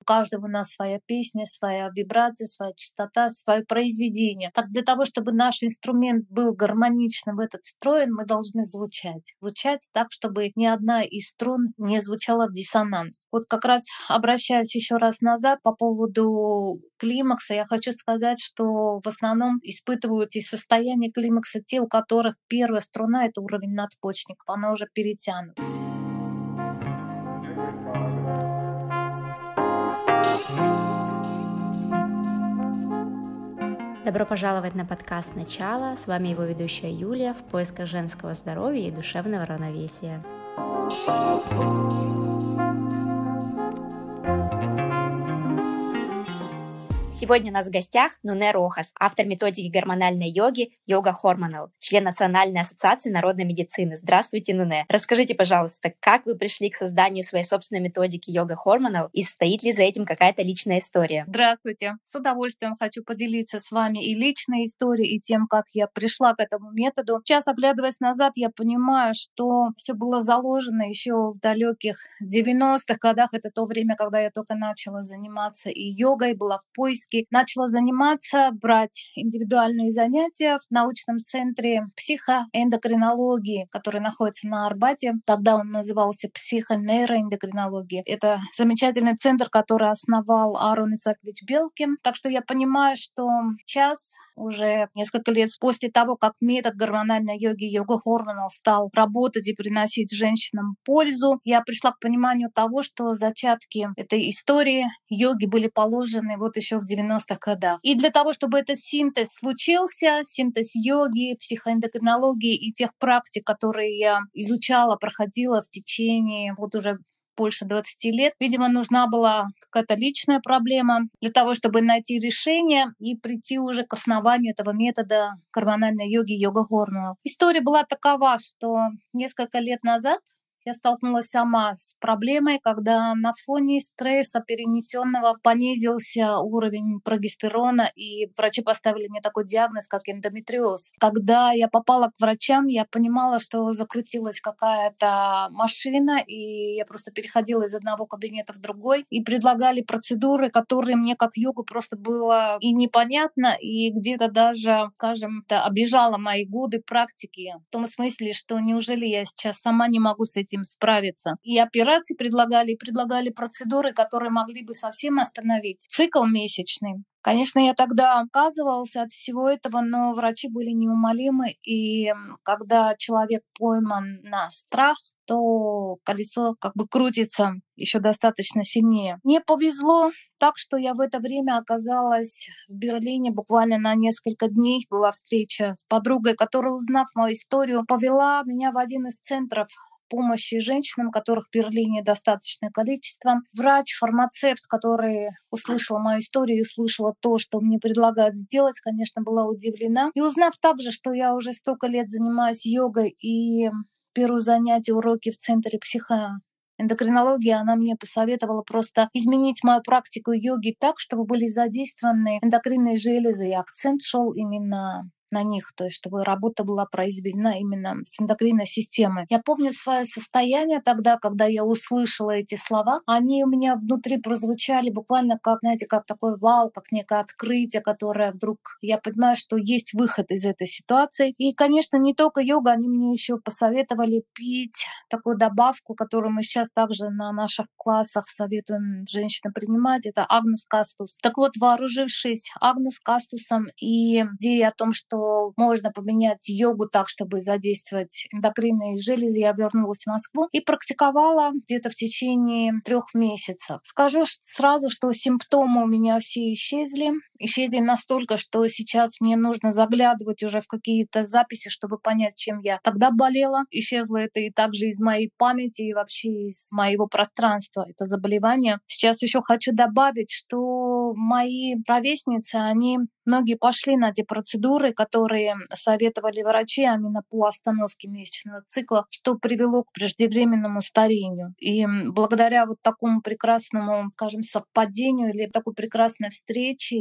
каждого у нас своя песня, своя вибрация, своя частота, свое произведение. Так для того, чтобы наш инструмент был гармонично в этот встроен, мы должны звучать. Звучать так, чтобы ни одна из струн не звучала в диссонанс. Вот как раз обращаясь еще раз назад по поводу климакса, я хочу сказать, что в основном испытывают и состояние климакса те, у которых первая струна — это уровень надпочечников, она уже перетянута. Добро пожаловать на подкаст «Начало». С вами его ведущая Юлия в поисках женского здоровья и душевного равновесия. Сегодня у нас в гостях Нуне Рохас, автор методики гормональной йоги Yoga Hormonal, член Национальной ассоциации народной медицины. Здравствуйте, Нуне. Расскажите, пожалуйста, как вы пришли к созданию своей собственной методики Yoga Hormonal и стоит ли за этим какая-то личная история? Здравствуйте. С удовольствием хочу поделиться с вами и личной историей, и тем, как я пришла к этому методу. Сейчас, оглядываясь назад, я понимаю, что все было заложено еще в далеких 90-х годах. Это то время, когда я только начала заниматься и йогой, была в поиске. Начала заниматься, брать индивидуальные занятия в научном центре психоэндокринологии, который находится на Арбате. Тогда он назывался психонейроэндокринология. Это замечательный центр, который основал Аарон Исаакович Белкин. Так что я понимаю, что сейчас, уже несколько лет после того, как метод гормональной йоги Yoga Hormonal стал работать и приносить женщинам пользу, я пришла к пониманию того, что зачатки этой истории йоги были положены вот еще в 90-х годах. И для того, чтобы этот синтез случился, синтез йоги, психоэндокринологии и тех практик, которые я изучала, проходила в течение вот уже больше 20 лет. Видимо, нужна была какая-то личная проблема для того, чтобы найти решение и прийти уже к основанию этого метода гормональной йоги Yoga Hormonal. История была такова, что несколько лет назад я столкнулась сама с проблемой, когда на фоне стресса перенесенного понизился уровень прогестерона, и врачи поставили мне такой диагноз, как эндометриоз. Когда я попала к врачам, я понимала, что закрутилась какая-то машина, и я просто переходила из одного кабинета в другой, и предлагали процедуры, которые мне как йогу просто было и непонятно, и где-то даже, скажем, обижала мои годы практики. В том смысле, что неужели я сейчас сама не могу с этим справиться. И операции предлагали, и предлагали процедуры, которые могли бы совсем остановить цикл месячный. Конечно, я тогда отказывалась от всего этого, но врачи были неумолимы, и когда человек пойман на страх, то колесо как бы крутится еще достаточно сильнее. Мне повезло так, что я в это время оказалась в Берлине буквально на несколько дней. Была встреча с подругой, которая, узнав мою историю, повела меня в один из центров помощи женщинам, которых в Берлине достаточное количество. Врач, фармацевт, который услышала мою историю и услышала то, что мне предлагают сделать, конечно, была удивлена. И узнав также, что я уже столько лет занимаюсь йогой и беру занятия, уроки в центре психоэндокринологии, она мне посоветовала просто изменить мою практику йоги так, чтобы были задействованы эндокринные железы, и акцент шел именно на них, то есть чтобы работа была произведена именно с эндокринной системой. Я помню свое состояние тогда, когда я услышала эти слова. Они у меня внутри прозвучали буквально как, знаете, как такой вау, как некое открытие, которое вдруг я понимаю, что есть выход из этой ситуации. И, конечно, не только йога, они мне еще посоветовали пить такую добавку, которую мы сейчас также на наших классах советуем женщинам принимать. Это Агнус Кастус. Так вот, вооружившись Агнус Кастусом и идеей о том, что можно поменять йогу так, чтобы задействовать эндокринные железы, я вернулась в Москву и практиковала где-то в течение 3 месяцев. Скажу сразу, что симптомы у меня все исчезли. Исчезли настолько, что сейчас мне нужно заглядывать уже в какие-то записи, чтобы понять, чем я тогда болела. Исчезло это и также из моей памяти, и вообще из моего пространства, это заболевание. Сейчас еще хочу добавить, что мои ровесницы, они Многие пошли на те процедуры, которые советовали врачи, а именно по остановке месячного цикла, что привело к преждевременному старению. И благодаря вот такому прекрасному, скажем, совпадению или такой прекрасной встрече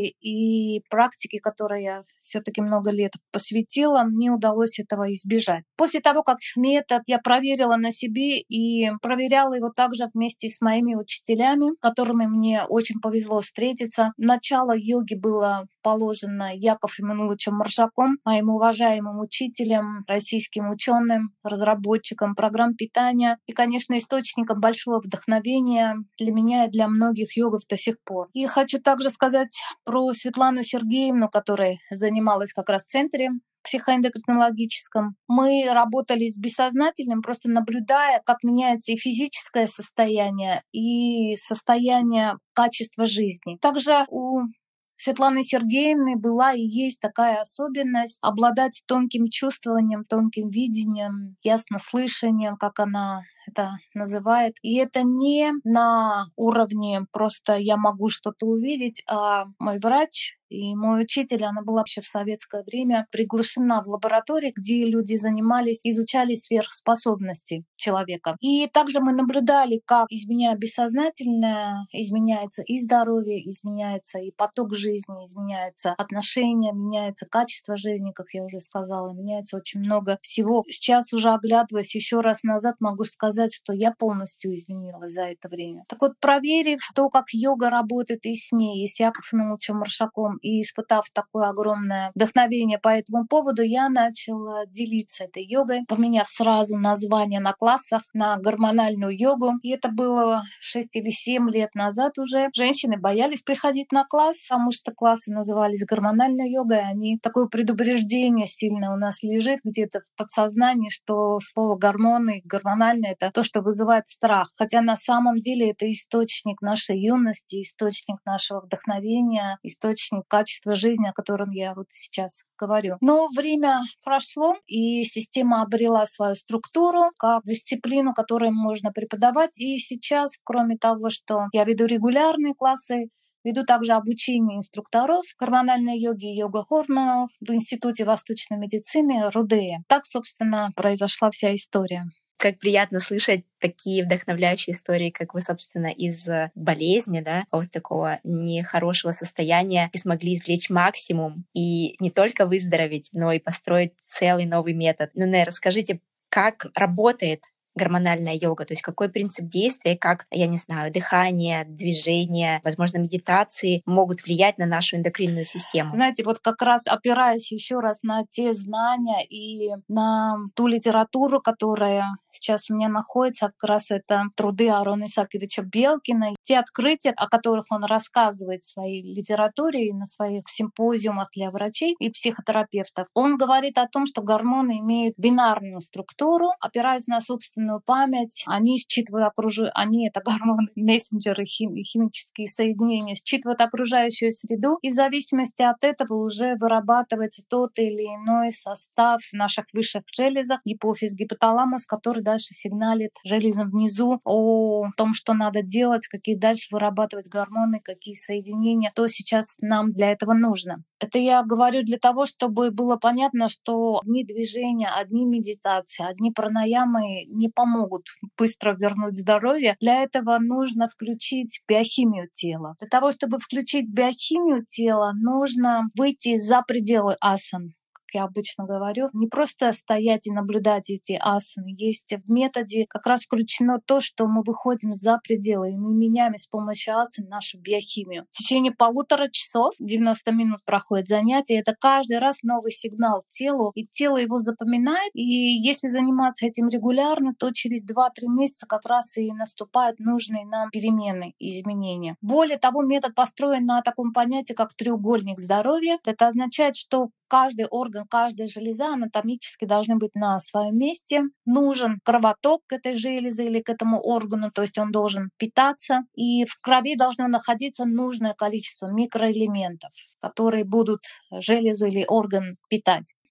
и практике, которой я все-таки много лет посвятила, мне удалось этого избежать. После того, как метод я проверила на себе и проверяла его также вместе с моими учителями, которыми мне очень повезло встретиться. Начало йоги было положено Яков Эммануиловичем Маршаком, моим уважаемым учителем, российским ученым, разработчиком программ питания и, конечно, источником большого вдохновения для меня и для многих йогов до сих пор. И хочу также сказать про Светлану Сергеевну, которая занималась как раз в центре психоэндокринологическом. Мы работали с бессознательным, просто наблюдая, как меняется и физическое состояние, и состояние качества жизни. Также у Светланы Сергеевны была и есть такая особенность обладать тонким чувствованием, тонким видением, яснослышанием, как она это называет. И это не на уровне просто я могу что-то увидеть, а мой врач и мой учитель, она была еще в советское время приглашена в лаборатории, где люди занимались, изучали сверхспособности человека. И также мы наблюдали, как, изменяя бессознательное, изменяется и здоровье, изменяется и поток жизни, изменяются отношения, меняется качество жизни, как я уже сказала, меняется очень много всего. Сейчас уже оглядываясь еще раз назад, могу сказать, что я полностью изменилась за это время. Так вот, проверив то, как йога работает и с ней, и с Яковом Эммануиловичем Маршаком, и испытав такое огромное вдохновение по этому поводу, я начала делиться этой йогой, поменяв сразу название на классах на гормональную йогу. И это было 6 или 7 лет назад уже. Женщины боялись приходить на класс, потому что классы назывались гормональной йогой. Они такое предубеждение сильно у нас лежит где-то в подсознании, что слово гормоны, гормональное — это то, что вызывает страх. Хотя на самом деле это источник нашей юности, источник нашего вдохновения, источник качества жизни, о котором я вот сейчас говорю. Но время прошло, и система обрела свою структуру как дисциплину, которую можно преподавать. И сейчас, кроме того, что я веду регулярные классы, веду также обучение инструкторов гормональной йоги и йога Hormonal в Институте восточной медицины РУДЭ. Так, собственно, произошла вся история. Как приятно слышать такие вдохновляющие истории, как вы, собственно, из болезни, да, вот такого нехорошего состояния, и смогли извлечь максимум и не только выздороветь, но и построить целый новый метод. Нуне, расскажите, как работает гормональная йога, то есть какой принцип действия, как, я не знаю, дыхание, движение, возможно, медитации могут влиять на нашу эндокринную систему? Знаете, вот как раз опираясь еще раз на те знания и на ту литературу, которая сейчас у меня находится, как раз это труды Аарона Исааковича Белкина, те открытия, о которых он рассказывает в своей литературе и на своих симпозиумах для врачей и психотерапевтов. Он говорит о том, что гормоны имеют бинарную структуру, опираясь на собственную память, они считывают они это гормоны, мессенджеры, химические соединения, считывают окружающую среду, и в зависимости от этого уже вырабатывается тот или иной состав в наших высших железах, гипофиз, гипоталамус, который дальше сигналит железам внизу о том, что надо делать, какие дальше вырабатывать гормоны, какие соединения, то сейчас нам для этого нужно. Это я говорю для того, чтобы было понятно, что одни движения, одни медитации, одни пранаямы не помогут быстро вернуть здоровье. Для этого нужно включить биохимию тела. Для того, чтобы включить биохимию тела, нужно выйти за пределы асан. Я обычно говорю, не просто стоять и наблюдать эти асаны. Есть в методе как раз включено то, что мы выходим за пределы, и мы меняем с помощью асан нашу биохимию. В течение 1,5 часов, 90 минут проходит занятие, это каждый раз новый сигнал телу, и тело его запоминает. И если заниматься этим регулярно, то через 2-3 месяца как раз и наступают нужные нам перемены и изменения. Более того, метод построен на таком понятии, как треугольник здоровья. Это означает, что каждый орган, каждая железа анатомически должны быть на своем месте. Нужен кровоток к этой железе или к этому органу, то есть он должен питаться. И в крови должно находиться нужное количество микроэлементов, которые будут железу или орган питать.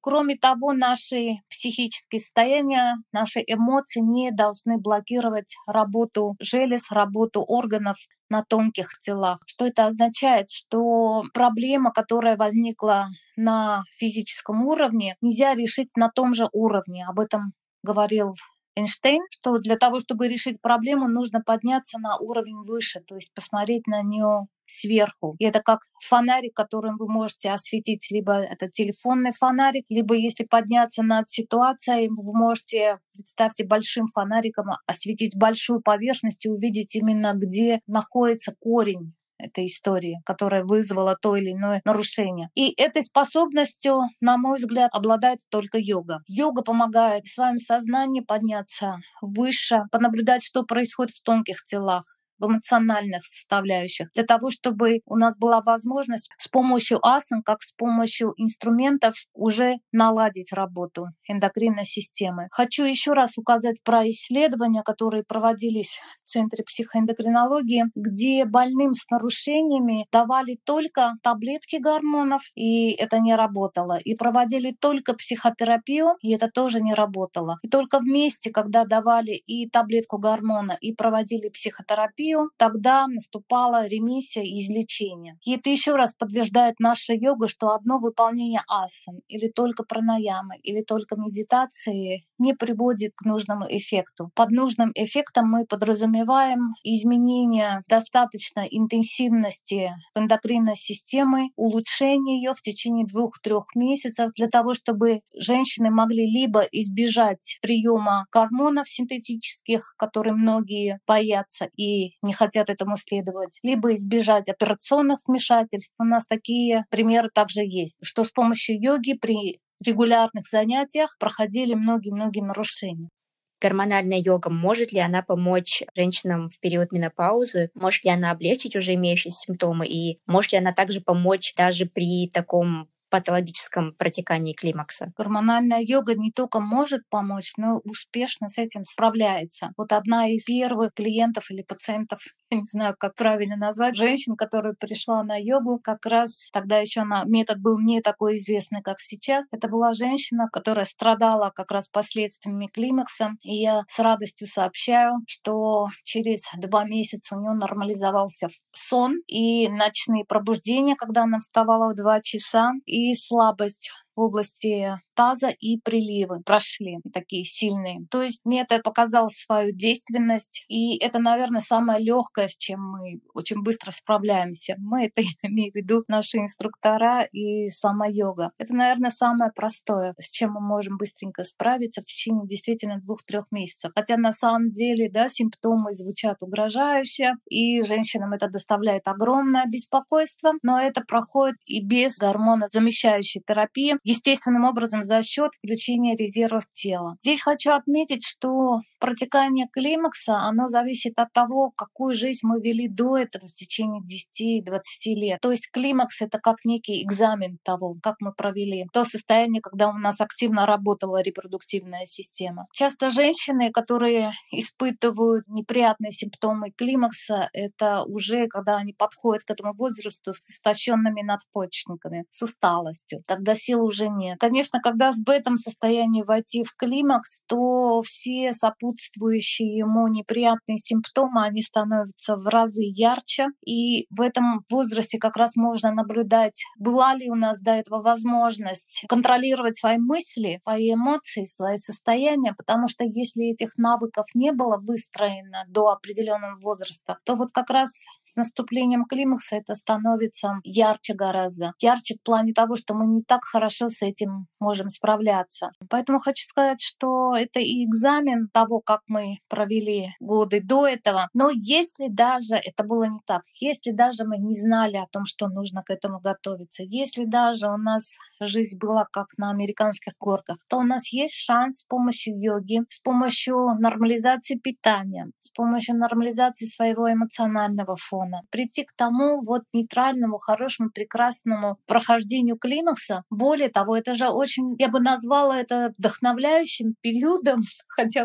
Кроме того, наши психические состояния, наши эмоции не должны блокировать работу желез, работу органов на тонких телах. Что это означает? Что проблема, которая возникла на физическом уровне, нельзя решить на том же уровне. Об этом говорил Эйнштейн, что для того, чтобы решить проблему, нужно подняться на уровень выше, то есть посмотреть на нее сверху. И это как фонарик, которым вы можете осветить, либо это телефонный фонарик, либо если подняться над ситуацией, вы можете, представьте, большим фонариком осветить большую поверхность и увидеть именно, где находится корень этой истории, которая вызвала то или иное нарушение. И этой способностью, на мой взгляд, обладает только йога. Йога помогает в своем сознании подняться выше, понаблюдать, что происходит в тонких телах, в эмоциональных составляющих, для того, чтобы у нас была возможность с помощью асан, как с помощью инструментов, уже наладить работу эндокринной системы. Хочу еще раз указать про исследования, которые проводились в Центре психоэндокринологии, где больным с нарушениями давали только таблетки гормонов, и это не работало. И проводили только психотерапию, и это тоже не работало. И только вместе, когда давали и таблетку гормона, и проводили психотерапию, тогда наступала ремиссия и излечение. И это еще раз подтверждает наша йога, что одно выполнение асан или только пранаямы, или только медитации не приводит к нужному эффекту. Под нужным эффектом мы подразумеваем изменение достаточной интенсивности эндокринной системы, улучшение ее в течение 2-3 месяцев для того, чтобы женщины могли либо избежать приема гормонов синтетических, которые многие боятся и не хотят этому следовать, либо избежать операционных вмешательств. У нас такие примеры также есть, что с помощью йоги при регулярных занятиях проходили многие-многие нарушения. Гормональная йога, может ли она помочь женщинам в период менопаузы? Может ли она облегчить уже имеющиеся симптомы? И может ли она также помочь даже при таком патологическом протекании климакса? Гормональная йога не только может помочь, но успешно с этим справляется. Вот одна из первых клиентов или пациентов, я не знаю, как правильно назвать, женщин, которая пришла на йогу, как раз тогда еще метод был не такой известный, как сейчас. Это была женщина, которая страдала как раз последствиями климакса. И я с радостью сообщаю, что через 2 месяца у нее нормализовался сон и ночные пробуждения, когда она вставала в 2 часа, и слабость в области таза и приливы прошли такие сильные. То есть метод показал свою действенность, и это, наверное, самое легкое, с чем мы очень быстро справляемся. Мы это имеем в виду наши инструктора и сама йога. Это, наверное, самое простое, с чем мы можем быстренько справиться в течение действительно 2-3 месяцев. Хотя на самом деле, да, симптомы звучат угрожающе, и женщинам это доставляет огромное беспокойство, но это проходит и без гормонозамещающей терапии, естественным образом за счет включения резервов тела. Здесь хочу отметить, что протекание климакса, оно зависит от того, какую жизнь мы вели до этого в течение 10-20 лет. То есть климакс — это как некий экзамен того, как мы провели то состояние, когда у нас активно работала репродуктивная система. Часто женщины, которые испытывают неприятные симптомы климакса, это уже когда они подходят к этому возрасту с истощенными надпочечниками, с усталостью, когда сил уже нет. Конечно, когда в этом состоянии войти в климакс, то все сопутствующие ему неприятные симптомы, они становятся в разы ярче. И в этом возрасте как раз можно наблюдать, была ли у нас до этого возможность контролировать свои мысли, свои эмоции, свои состояния, потому что если этих навыков не было выстроено до определенного возраста, то вот как раз с наступлением климакса это становится ярче гораздо. Ярче в плане того, что мы не так хорошо с этим можем справляться. Поэтому хочу сказать, что это и экзамен того, как мы провели годы до этого. Но если даже это было не так, если даже мы не знали о том, что нужно к этому готовиться, если даже у нас жизнь была как на американских горках, то у нас есть шанс с помощью йоги, с помощью нормализации питания, с помощью нормализации своего эмоционального фона прийти к тому вот нейтральному, хорошему, прекрасному прохождению климакса. Более того, это же очень, я бы назвала это вдохновляющим периодом, хотя, может быть,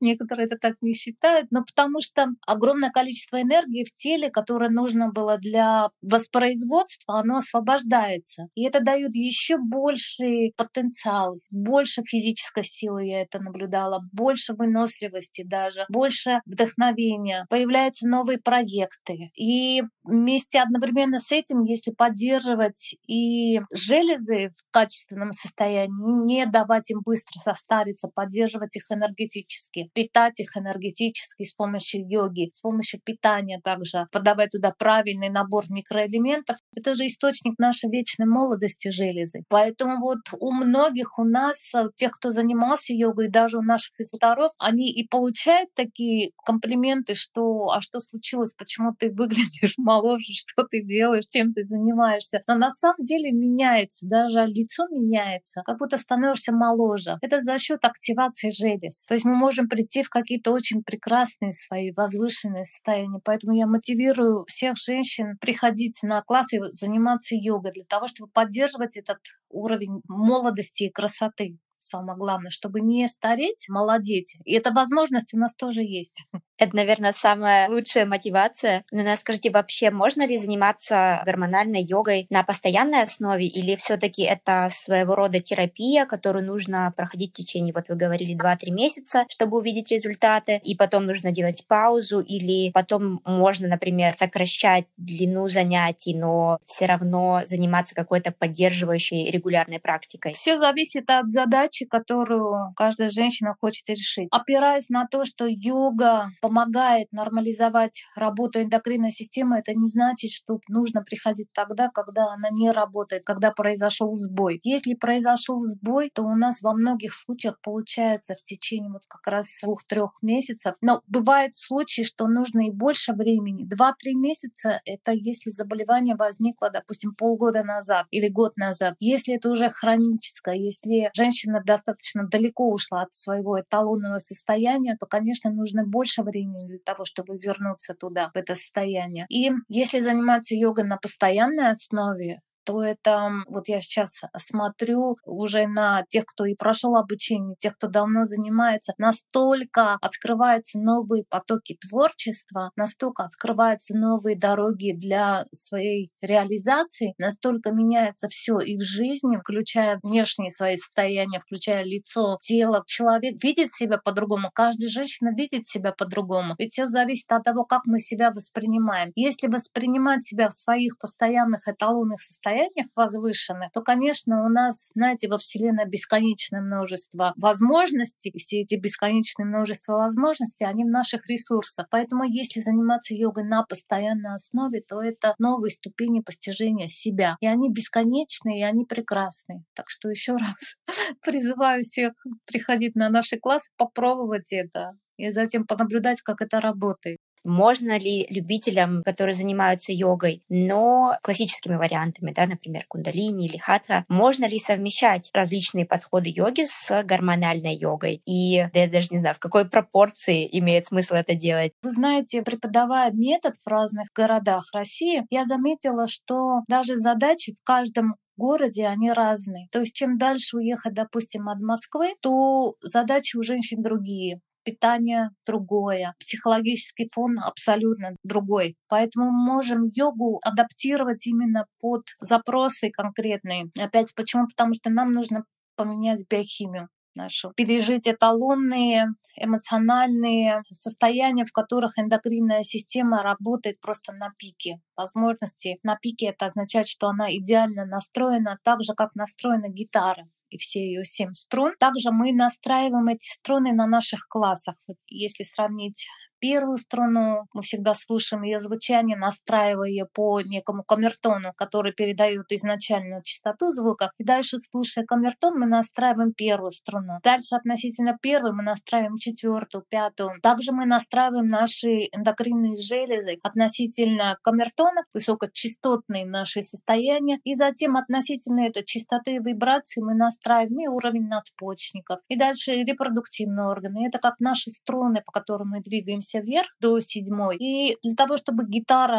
Некоторые это так не считают, но потому что огромное количество энергии в теле, которое нужно было для воспроизводства, оно освобождается. И это дает еще больший потенциал, больше физической силы я это наблюдала, больше выносливости даже, больше вдохновения. Появляются новые проекты. И вместе одновременно с этим, если поддерживать и железы в качественном состоянии, не давать им быстро состариться, поддерживать их энергетически, питать их энергетически с помощью йоги, с помощью питания также, подавать туда правильный набор микроэлементов. Это же источник нашей вечной молодости железы. Поэтому вот у многих у нас, тех, кто занимался йогой, даже у наших инструкторов, они и получают такие комплименты, что «а что случилось? Почему ты выглядишь моложе? Что ты делаешь? Чем ты занимаешься?» Но на самом деле меняется, даже лицо меняется, как будто становишься моложе. Это за счет активации желез. То есть мы можем прийти в какие-то очень прекрасные свои возвышенные состояния. Поэтому я мотивирую всех женщин приходить на классы и заниматься йогой для того, чтобы поддерживать этот уровень молодости и красоты. Самое главное, чтобы не стареть, молодеть. И эта возможность у нас тоже есть. Это, наверное, самая лучшая мотивация. Но скажите, вообще можно ли заниматься гормональной йогой на постоянной основе, или все-таки это своего рода терапия, которую нужно проходить в течение, вот вы говорили, 2-3 месяца, чтобы увидеть результаты, и потом нужно делать паузу, или потом можно, например, сокращать длину занятий, но все равно заниматься какой-то поддерживающей регулярной практикой? Все зависит от задачи, которую каждая женщина хочет решить. Опираясь на то, что йога помогает нормализовать работу эндокринной системы, это не значит, что нужно приходить тогда, когда она не работает, когда произошел сбой. Если произошел сбой, то у нас во многих случаях получается в течение вот как раз 2-3 месяцев. Но бывают случаи, что нужно и больше времени. 2-3 месяца — это если заболевание возникло, допустим, полгода назад или год назад. Если это уже хроническое, если женщина достаточно далеко ушла от своего эталонного состояния, то, конечно, нужно больше времени для того, чтобы вернуться туда, в это состояние. И если заниматься йогой на постоянной основе, то это вот я сейчас смотрю уже на тех, кто и прошел обучение, тех, кто давно занимается, настолько открываются новые потоки творчества, настолько открываются новые дороги для своей реализации, настолько меняется все и в жизни, включая внешние свои состояния, включая лицо, тело. Человек видит себя по-другому, каждая женщина видит себя по-другому. Ведь все зависит от того, как мы себя воспринимаем. Если воспринимать себя в своих постоянных эталонных состояниях возвышенных, то, конечно, у нас, знаете, во Вселенной бесконечное множество возможностей, и все эти бесконечное множество возможностей, они в наших ресурсах. Поэтому, если заниматься йогой на постоянной основе, то это новые ступени постижения себя. И они бесконечные, и они прекрасные. Так что еще раз призываю всех приходить на наши классы, попробовать это, и затем понаблюдать, как это работает. Можно ли любителям, которые занимаются йогой, но классическими вариантами, да, например, кундалини или хатха, можно ли совмещать различные подходы йоги с гормональной йогой? И да, я даже не знаю, в какой пропорции имеет смысл это делать? Вы знаете, преподавая метод в разных городах России, я заметила, что даже задачи в каждом городе, они разные. То есть чем дальше уехать, допустим, от Москвы, то задачи у женщин другие. Питание другое, психологический фон абсолютно другой. Поэтому мы можем йогу адаптировать именно под запросы конкретные. Опять почему? Потому что нам нужно поменять биохимию нашу, пережить эталонные эмоциональные состояния, в которых эндокринная система работает просто на пике возможностей. На пике это означает, что она идеально настроена так же, как настроена гитара и все ее 7 струн. Также мы настраиваем эти струны на наших классах. Вот если сравнить первую струну, мы всегда слушаем ее звучание, настраивая ее по некому камертону, который передает изначальную частоту звука. И дальше, слушая камертон, мы настраиваем первую струну. Дальше относительно первой мы настраиваем четвертую, пятую. Также мы настраиваем наши эндокринные железы относительно камертона, высокочастотные наши состояния. И затем относительно этой частоты и вибрации мы настраиваем и уровень надпочечников. И дальше репродуктивные органы. Это как наши струны, по которым мы двигаемся вверх до 7. И для того, чтобы гитара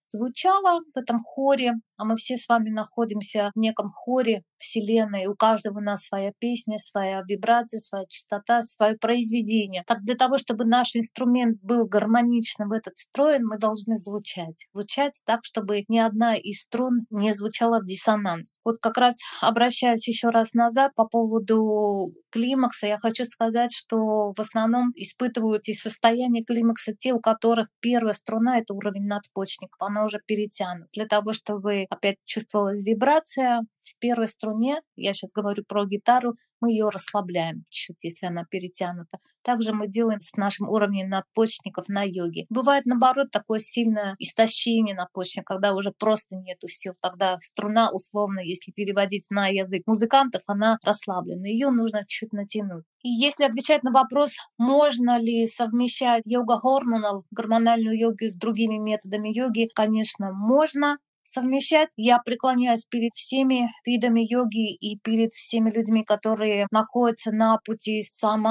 звучала в этом хоре, а мы все с вами находимся в неком хоре Вселенной. У каждого у нас своя песня, своя вибрация, своя частота, свое произведение. Так для того, чтобы наш инструмент был гармонично в этот встроен, мы должны звучать. Звучать так, чтобы ни одна из струн не звучала в диссонанс. Вот как раз обращаясь еще раз назад по поводу климакса, я хочу сказать, что в основном испытывают и состояние климакса те, у которых первая струна — это уровень надпочечников, она уже перетянута. Для того, чтобы опять чувствовалась вибрация в первой струне, я сейчас говорю про гитару, мы ее расслабляем чуть-чуть, если она перетянута. Также мы делаем с нашим уровнем надпочечников на йоге. Бывает, наоборот, такое сильное истощение надпочечника, когда уже просто нету сил. Тогда струна, условно, если переводить на язык музыкантов, она расслаблена. Ее нужно чуть натянуть. И если отвечать на вопрос, можно ли совмещать йога-гормонал, гормональную йогу с другими методами йоги, конечно, можно совмещать. Я преклоняюсь перед всеми видами йоги и перед всеми людьми, которые находятся на пути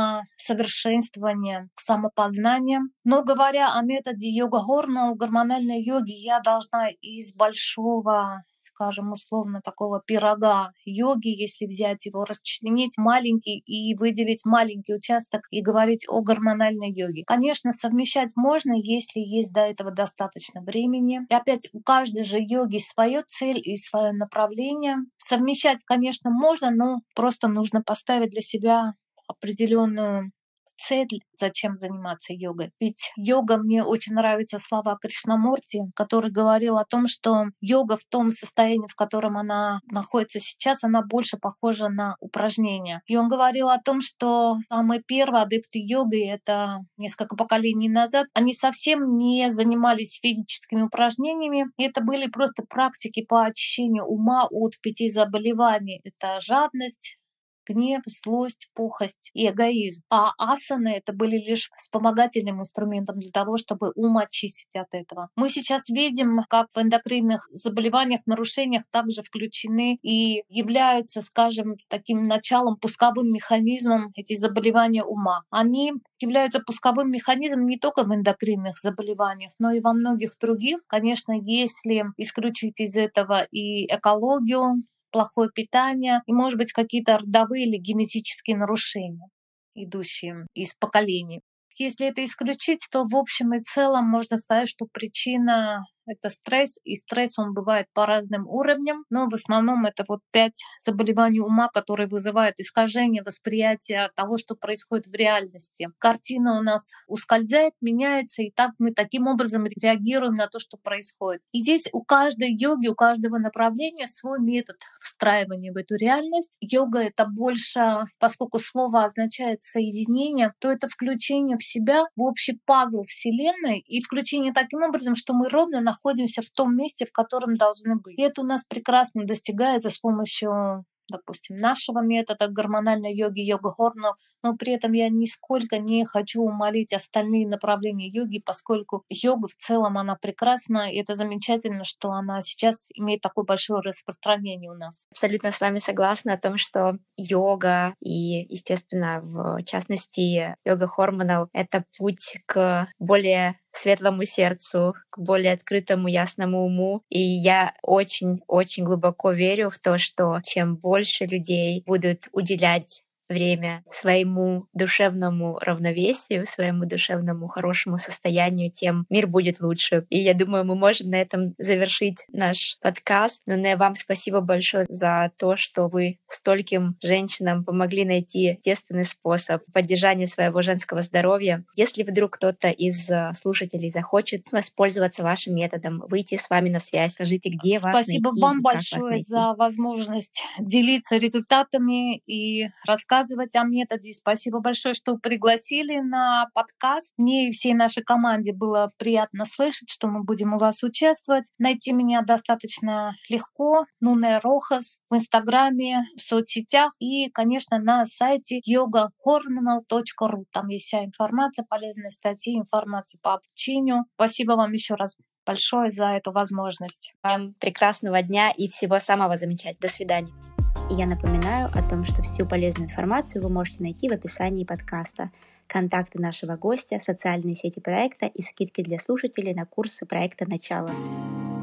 самосовершенствования, к самопознанию. Но говоря о методе йога-гормонал, гормональной йоги, я должна из большого, скажем, условно, такого пирога йоги, если взять его, расчленить маленький и выделить маленький участок и говорить о гормональной йоге. Конечно, совмещать можно, если есть до этого достаточно времени. И опять, у каждой же йоги своя цель и свое направление. Совмещать, конечно, можно, но просто нужно поставить для себя определенную цель, зачем заниматься йогой. Ведь йога, мне очень нравятся слова Кришнамурти, который говорил о том, что йога в том состоянии, в котором она находится сейчас, она больше похожа на упражнение. И он говорил о том, что самые первые адепты йоги, это несколько поколений назад, они совсем не занимались физическими упражнениями. Это были просто практики по очищению ума от 5 заболеваний. Это жадность, гнев, злость, похоть и эгоизм. А асаны — это были лишь вспомогательным инструментом для того, чтобы ум очистить от этого. Мы сейчас видим, как в эндокринных заболеваниях, нарушениях также включены и являются, скажем, таким началом, пусковым механизмом эти заболевания ума. Они являются пусковым механизмом не только в эндокринных заболеваниях, но и во многих других. Конечно, если исключить из этого и экологию, плохое питание и, может быть, какие-то родовые или генетические нарушения, идущие из поколений. Если это исключить, то в общем и целом можно сказать, что причина — это стресс, и стресс он бывает по разным уровням, но в основном это вот 5 заболеваний ума, которые вызывают искажение восприятия того, что происходит в реальности. Картина у нас ускользает, меняется, и так мы таким образом реагируем на то, что происходит. И здесь у каждой йоги, у каждого направления свой метод встраивания в эту реальность. Йога — это больше, поскольку слово означает соединение, то это включение в себя, в общий пазл Вселенной, и включение таким образом, что мы ровно находимся в том месте, в котором должны быть. И это у нас прекрасно достигается с помощью, допустим, нашего метода гормональной йоги, йога-гормонал, но при этом я нисколько не хочу умалить остальные направления йоги, поскольку йога в целом, она прекрасна, и это замечательно, что она сейчас имеет такое большое распространение у нас. Абсолютно с вами согласна о том, что йога и, естественно, в частности, йога-гормонал — это путь к более светлому сердцу, к более открытому, ясному уму. И я очень-очень глубоко верю в то, что чем больше людей будут уделять время своему душевному равновесию, своему душевному хорошему состоянию, тем мир будет лучше. И я думаю, мы можем на этом завершить наш подкаст. Но вам спасибо большое за то, что вы стольким женщинам помогли найти естественный способ поддержания своего женского здоровья. Если вдруг кто-то из слушателей захочет воспользоваться вашим методом, выйти с вами на связь, скажите, где вас найти. Спасибо вам большое за возможность делиться результатами и рассказывать о методе. Спасибо большое, что пригласили на подкаст. Мне и всей нашей команде было приятно слышать, что мы будем у вас участвовать. Найти меня достаточно легко. Нуне Рохас в Инстаграме, в соцсетях и, конечно, на сайте yogahormonal.ru. Там есть вся информация, полезные статьи, информация по обучению. Спасибо вам еще раз большое за эту возможность. Всем прекрасного дня и всего самого замечательного. До свидания. И я напоминаю о том, что всю полезную информацию вы можете найти в описании подкаста. Контакты нашего гостя, социальные сети проекта и скидки для слушателей на курсы проекта «Начало».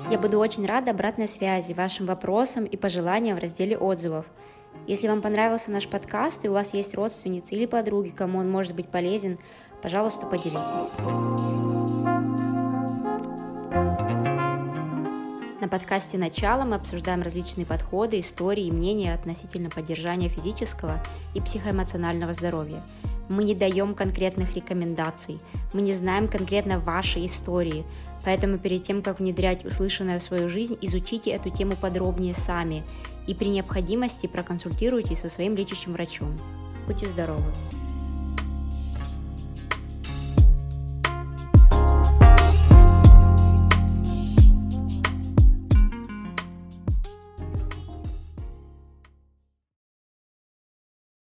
Я буду очень рада обратной связи, вашим вопросам и пожеланиям в разделе отзывов. Если вам понравился наш подкаст и у вас есть родственницы или подруги, кому он может быть полезен, пожалуйста, поделитесь. На подкасте «Начало» мы обсуждаем различные подходы, истории и мнения относительно поддержания физического и психоэмоционального здоровья. Мы не даем конкретных рекомендаций, мы не знаем конкретно вашей истории, поэтому перед тем, как внедрять услышанное в свою жизнь, изучите эту тему подробнее сами и при необходимости проконсультируйтесь со своим лечащим врачом. Будьте здоровы!